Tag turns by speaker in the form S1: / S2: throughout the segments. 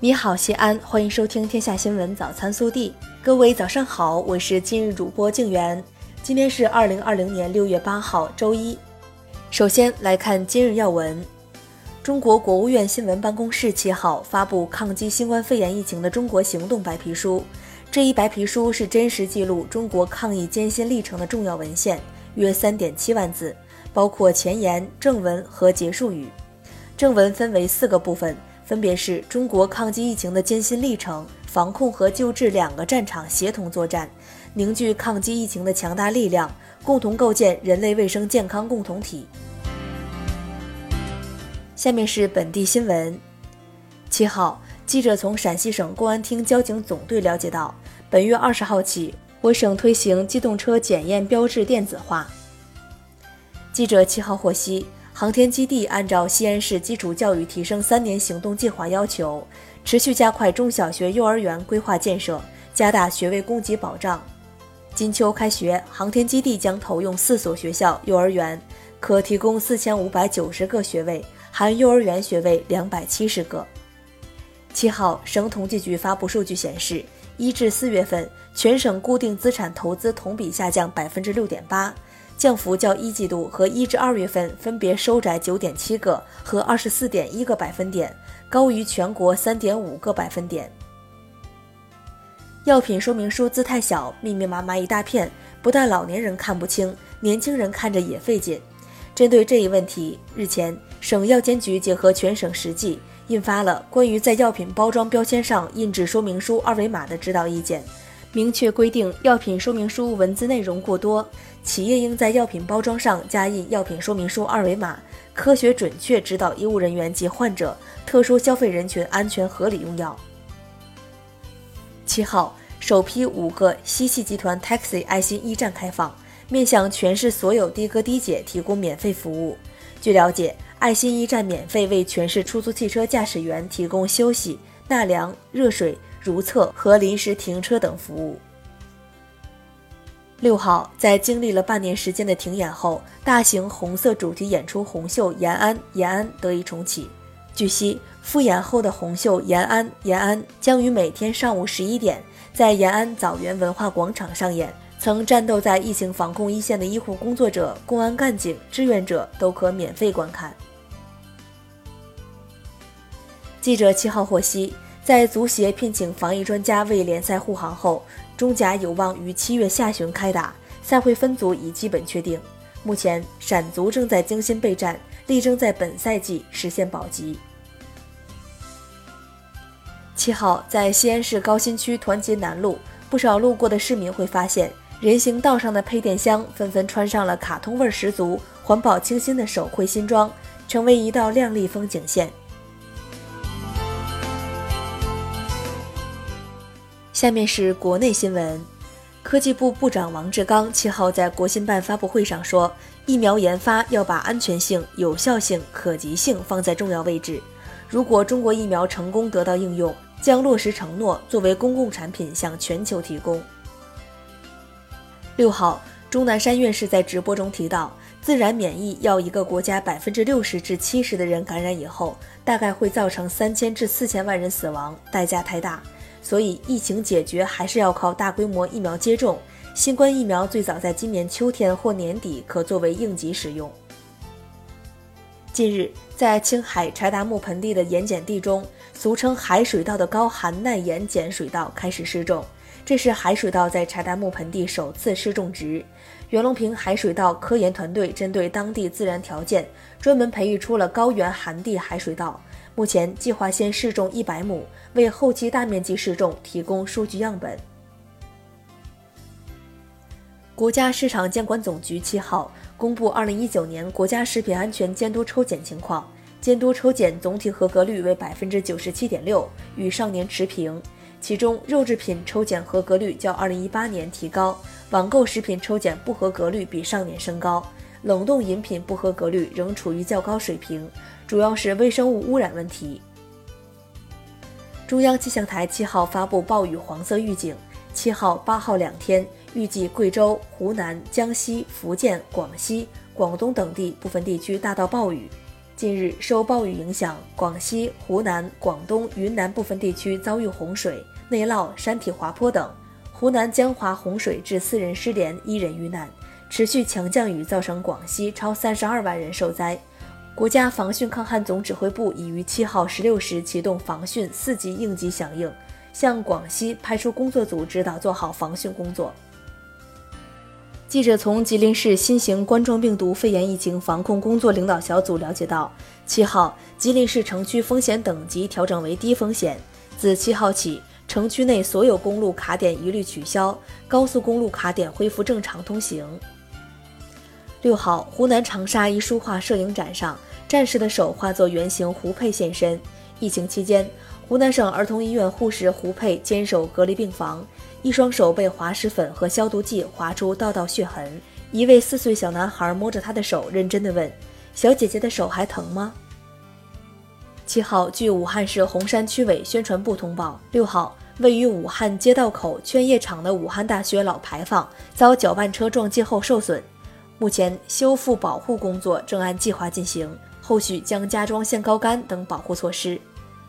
S1: 你好，西安，欢迎收听天下新闻早餐速递。各位早上好，我是今日主播静媛。今天是2020年6月8号，周一。首先来看今日要闻。中国国务院新闻办公室7号发布抗击新冠肺炎疫情的中国行动白皮书。这一白皮书是真实记录中国抗疫艰辛历程的重要文献，约3.7万字，包括前言、正文和结束语。正文分为4个部分，分别是中国抗击疫情的艰辛历程、防控和救治2个战场协同作战，凝聚抗击疫情的强大力量，共同构建人类卫生健康共同体。下面是本地新闻。7号，记者从陕西省公安厅交警总队了解到，本月20号起，我省推行机动车检验标志电子化。记者7号获悉，航天基地按照西安市基础教育提升3年行动计划要求，持续加快中小学、幼儿园规划建设，加大学位供给保障。今秋开学，航天基地将投用4所学校、幼儿园，可提供4590个学位，含幼儿园学位270个。7号，省统计局发布数据显示，1至4月份，全省固定资产投资同比下降 6.8%， 降幅较1季度和1至2月份分别收窄 9.7 个和 24.1个百分点，高于全国 3.5 个百分点。药品说明书字太小，密密麻麻一大片，不但老年人看不清，年轻人看着也费劲。针对这一问题，日前，省药监局结合全省实际，印发了关于在药品包装标签上印制说明书二维码的指导意见，明确规定药品说明书文字内容过多，企业应在药品包装上加印药品说明书二维码，科学准确指导医务人员及患者、特殊消费人群安全合理用药。7号，首批5个西汽集团 Taxi 爱心驿站开放，面向全市所有的哥的姐提供免费服务。据了解，爱心驿站免费为全市出租汽车驾驶员提供休息、纳凉、热水、如厕和临时停车等服务。6号，在经历了半年时间的停演后，大型红色主题演出红袖延安得以重启。据悉，复演后的红袖延安将于每天上午11点在延安枣园文化广场上演，曾战斗在疫情防控一线的医护工作者、公安干警、志愿者都可免费观看。记者7号获悉，在足协聘请防疫专家为联赛护航后，中甲有望于7月下旬开打，赛会分组已基本确定。目前，陕足正在精心备战，力争在本赛季实现保级。7号，在西安市高新区团结南路，不少路过的市民会发现，人行道上的配电箱纷纷穿上了卡通味十足、环保清新的手绘新装，成为一道亮丽风景线。下面是国内新闻。科技部部长王志刚7号在国新办发布会上说，疫苗研发要把安全性、有效性、可及性放在重要位置。如果中国疫苗成功得到应用，将落实承诺，作为公共产品向全球提供。6号，钟南山院士在直播中提到，自然免疫要一个国家60%至70%的人感染以后，大概会造成3000至4000万人死亡，代价太大。所以疫情解决还是要靠大规模疫苗接种，新冠疫苗最早在今年秋天或年底可作为应急使用。近日，在青海柴达木盆地的盐碱地中，俗称海水稻的高含耐盐碱水稻开始施种，这是海水稻在柴达木盆地首次施种植。袁隆平海水稻科研团队针对当地自然条件，专门培育出了高原寒地海水稻，目前计划先试种100亩，为后期大面积试种提供数据样本。国家市场监管总局7号公布2019年国家食品安全监督抽检情况，监督抽检总体合格率为 97.6%， 与上年持平。其中，肉制品抽检合格率较2018年提高，网购食品抽检不合格率比上年升高，冷冻饮品不合格率仍处于较高水平，主要是微生物污染问题。中央气象台7号发布暴雨黄色预警，7号、8号2天，预计贵州、湖南、江西、福建、广西、广东等地部分地区大到暴雨。 近日受暴雨影响，广西、湖南、广东、云南部分地区遭遇洪水、内涝、山体滑坡等。湖南江华洪水致4人失联，1人遇难。持续强降雨造成广西超32万人受灾。国家防汛抗旱总指挥部已于7号16时启动防汛4级应急响应，向广西派出工作组指导做好防汛工作。记者从吉林市新型冠状病毒肺炎疫情防控工作领导小组了解到，7号吉林市城区风险等级调整为低风险，自7号起，城区内所有公路卡点一律取消，高速公路卡点恢复正常通行。6号，湖南长沙一书画摄影展上，战士的手化作圆形胡佩现身。疫情期间，湖南省儿童医院护士胡佩坚守隔离病房，一双手被滑石粉和消毒剂划出道道血痕。一位4岁小男孩摸着他的手，认真地问：“小姐姐的手还疼吗？”7号，据武汉市洪山区委宣传部通报，6号，位于武汉街道口劝业场的武汉大学老牌坊遭搅拌车撞击后受损。目前修复保护工作正按计划进行，后续将加装限高杆等保护措施。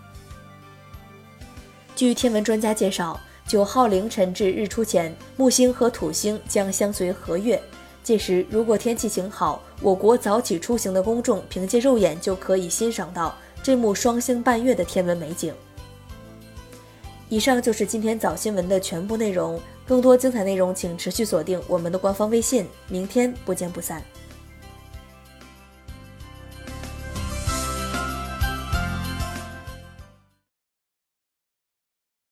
S1: 据天文专家介绍，9号凌晨至日出前，木星和土星将相随合月，届时如果天气晴好，我国早起出行的公众凭借肉眼就可以欣赏到这幕双星伴月的天文美景。以上就是今天早新闻的全部内容，更多精彩内容请持续锁定我们的官方微信，明天不见不散。